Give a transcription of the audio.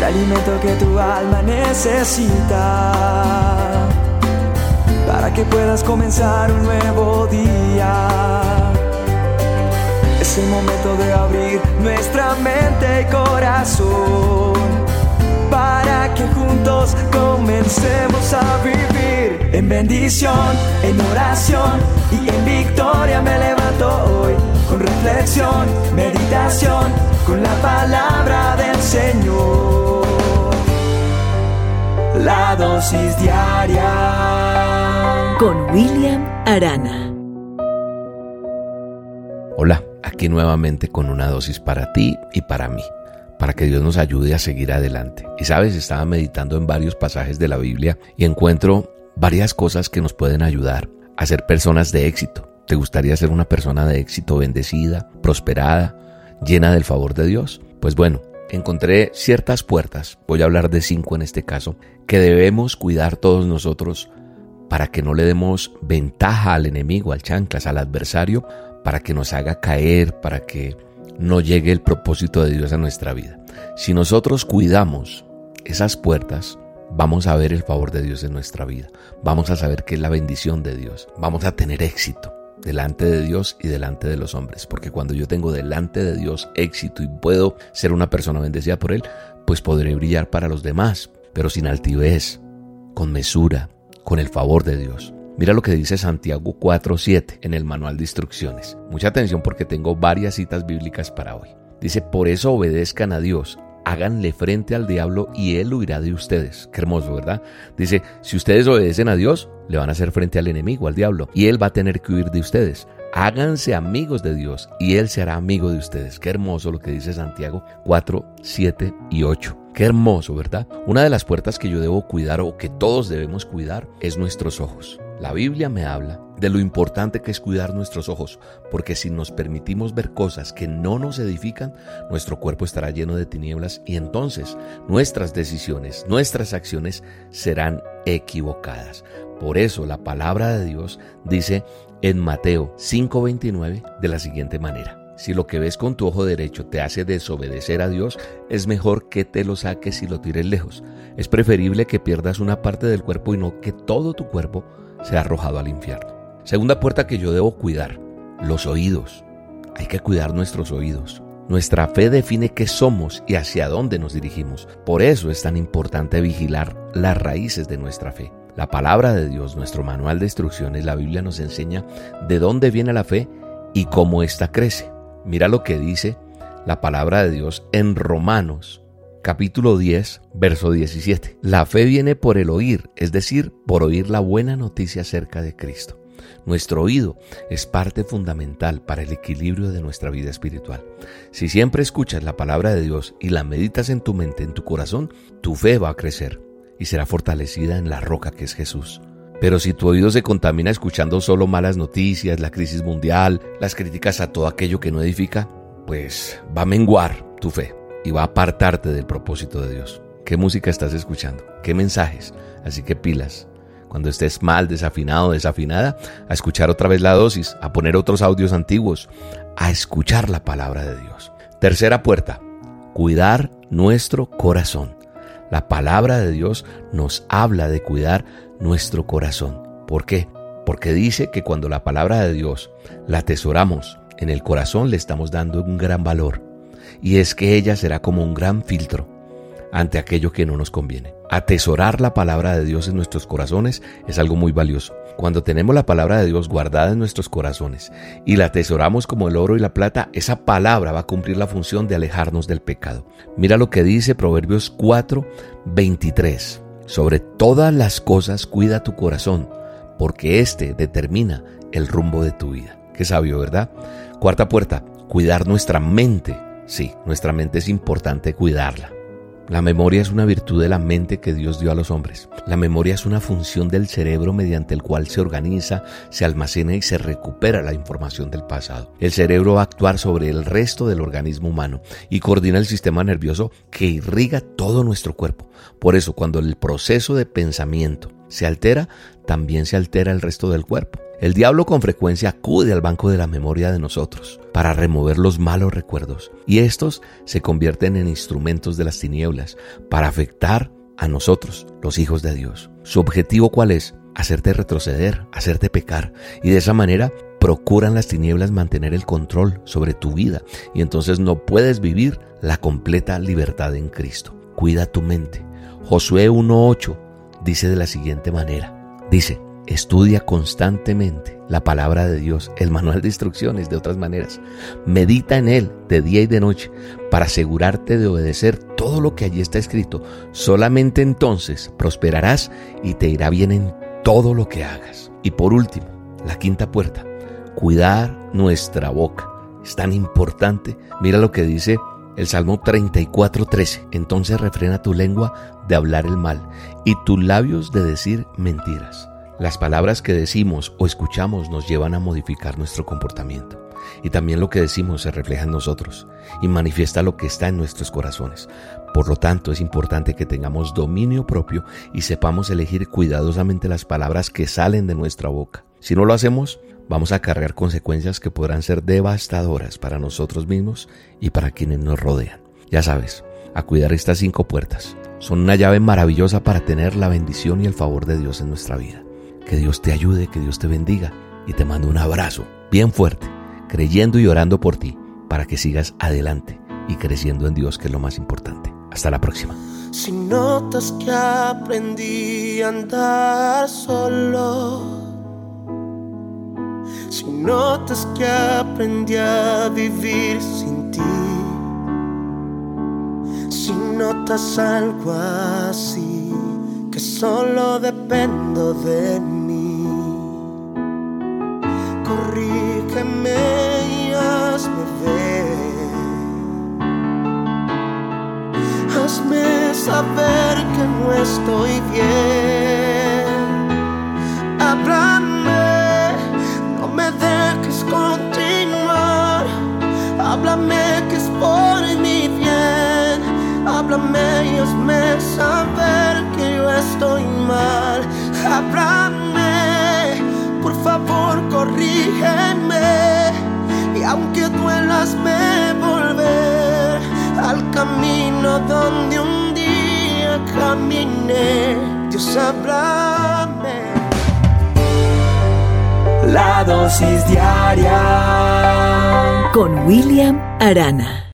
alimento que tu alma necesita, para que puedas comenzar un nuevo día. Es el momento de abrir nuestra mente y corazón, para que juntos comencemos a vivir en bendición, en oración y en victoria. Me levanto hoy con reflexión, meditación, con la palabra del Señor. La dosis diaria con William Arana. Hola, aquí nuevamente con una dosis para ti y para mí, para que Dios nos ayude a seguir adelante. Y sabes, estaba meditando en varios pasajes de la Biblia y encuentro varias cosas que nos pueden ayudar a ser personas de éxito. ¿Te gustaría ser una persona de éxito, bendecida, prosperada, llena del favor de Dios? Pues bueno, encontré ciertas puertas, voy a hablar de 5 en este caso, que debemos cuidar todos nosotros para que no le demos ventaja al enemigo, al chanclas, al adversario, para que nos haga caer, para que no llegue el propósito de Dios a nuestra vida. Si nosotros cuidamos esas puertas, vamos a ver el favor de Dios en nuestra vida. Vamos a saber que es la bendición de Dios. Vamos a tener éxito delante de Dios y delante de los hombres. Porque cuando yo tengo delante de Dios éxito y puedo ser una persona bendecida por Él, pues podré brillar para los demás, pero sin altivez, con mesura, con el favor de Dios. Mira lo que dice Santiago 4:7 en el manual de instrucciones. Mucha atención porque tengo varias citas bíblicas para hoy. Dice, por eso obedezcan a Dios, háganle frente al diablo y él huirá de ustedes. Qué hermoso, ¿verdad? Dice, si ustedes obedecen a Dios, le van a hacer frente al enemigo, al diablo, y él va a tener que huir de ustedes. Háganse amigos de Dios y Él será amigo de ustedes. Qué hermoso lo que dice Santiago 4, 7 y 8. Qué hermoso, ¿verdad? Una de las puertas que yo debo cuidar o que todos debemos cuidar es nuestros ojos. La Biblia me habla de lo importante que es cuidar nuestros ojos, porque si nos permitimos ver cosas que no nos edifican, nuestro cuerpo estará lleno de tinieblas y entonces nuestras decisiones, nuestras acciones serán equivocadas. Por eso la palabra de Dios dice en Mateo 5:29 de la siguiente manera: si lo que ves con tu ojo derecho te hace desobedecer a Dios, es mejor que te lo saques y lo tires lejos. Es preferible que pierdas una parte del cuerpo y no que todo tu cuerpo sea arrojado al infierno. Segunda puerta que yo debo cuidar, los oídos. Hay que cuidar nuestros oídos. Nuestra fe define qué somos y hacia dónde nos dirigimos. Por eso es tan importante vigilar las raíces de nuestra fe. La palabra de Dios, nuestro manual de instrucciones, la Biblia nos enseña de dónde viene la fe y cómo ésta crece. Mira lo que dice la palabra de Dios en Romanos, capítulo 10, verso 17. La fe viene por el oír, es decir, por oír la buena noticia acerca de Cristo. Nuestro oído es parte fundamental para el equilibrio de nuestra vida espiritual. Si siempre escuchas la palabra de Dios y la meditas en tu mente, en tu corazón, tu fe va a crecer y será fortalecida en la roca que es Jesús. Pero si tu oído se contamina escuchando solo malas noticias, la crisis mundial, las críticas a todo aquello que no edifica, pues va a menguar tu fe y va a apartarte del propósito de Dios. ¿Qué música estás escuchando? ¿Qué mensajes? Así que pilas. Cuando estés mal, desafinado, desafinada, a escuchar otra vez la dosis, a poner otros audios antiguos, a escuchar la palabra de Dios. Tercera puerta, cuidar nuestro corazón. La palabra de Dios nos habla de cuidar nuestro corazón. ¿Por qué? Porque dice que cuando la palabra de Dios la atesoramos en el corazón, le estamos dando un gran valor. Y es que ella será como un gran filtro ante aquello que no nos conviene. Atesorar la palabra de Dios en nuestros corazones es algo muy valioso. Cuando tenemos la palabra de Dios guardada en nuestros corazones y la atesoramos como el oro y la plata, esa palabra va a cumplir la función de alejarnos del pecado. Mira lo que dice Proverbios 4:23. Sobre todas las cosas cuida tu corazón, porque éste determina el rumbo de tu vida. Qué sabio, ¿verdad? Cuarta puerta, cuidar nuestra mente. Sí, nuestra mente es importante cuidarla. La memoria es una virtud de la mente que Dios dio a los hombres. La memoria es una función del cerebro mediante el cual se organiza, se almacena y se recupera la información del pasado. El cerebro va a actuar sobre el resto del organismo humano y coordina el sistema nervioso que irriga todo nuestro cuerpo. Por eso, cuando el proceso de pensamiento se altera, también se altera el resto del cuerpo. El diablo con frecuencia acude al banco de la memoria de nosotros para remover los malos recuerdos, y estos se convierten en instrumentos de las tinieblas para afectar a nosotros, los hijos de Dios. ¿Su objetivo cuál es? Hacerte retroceder, hacerte pecar, y de esa manera procuran las tinieblas mantener el control sobre tu vida, y entonces no puedes vivir la completa libertad en Cristo. Cuida tu mente. Josué 1:8 dice de la siguiente manera, dice: estudia constantemente la palabra de Dios, el manual de instrucciones, de otras maneras. Medita en él de día y de noche para asegurarte de obedecer todo lo que allí está escrito. Solamente entonces prosperarás y te irá bien en todo lo que hagas. Y por último, la quinta puerta, cuidar nuestra boca. Es tan importante. Mira lo que dice el Salmo 34:13. Entonces refrena tu lengua de hablar el mal y tus labios de decir mentiras. Las palabras que decimos o escuchamos nos llevan a modificar nuestro comportamiento. Y también lo que decimos se refleja en nosotros y manifiesta lo que está en nuestros corazones. Por lo tanto, es importante que tengamos dominio propio y sepamos elegir cuidadosamente las palabras que salen de nuestra boca. Si no lo hacemos, vamos a cargar consecuencias que podrán ser devastadoras para nosotros mismos y para quienes nos rodean. Ya sabes, a cuidar estas 5 puertas. Son una llave maravillosa para tener la bendición y el favor de Dios en nuestra vida. Que Dios te ayude, que Dios te bendiga, y te mando un abrazo bien fuerte, creyendo y orando por ti, para que sigas adelante y creciendo en Dios, que es lo más importante. Hasta la próxima. Si notas que aprendí a andar solo, si notas que aprendí a vivir sin ti, si notas algo así, que solo dependo de mí, corrígeme y hazme ver, hazme saber que no estoy bien. Háblame, no me dejes continuar, háblame que es por mi bien, háblame y hazme saber que yo estoy mal. Háblame, por favor corrígeme, y aunque duela hazme volver al camino donde un día caminé. Dios, háblame. La dosis diaria con William Arana.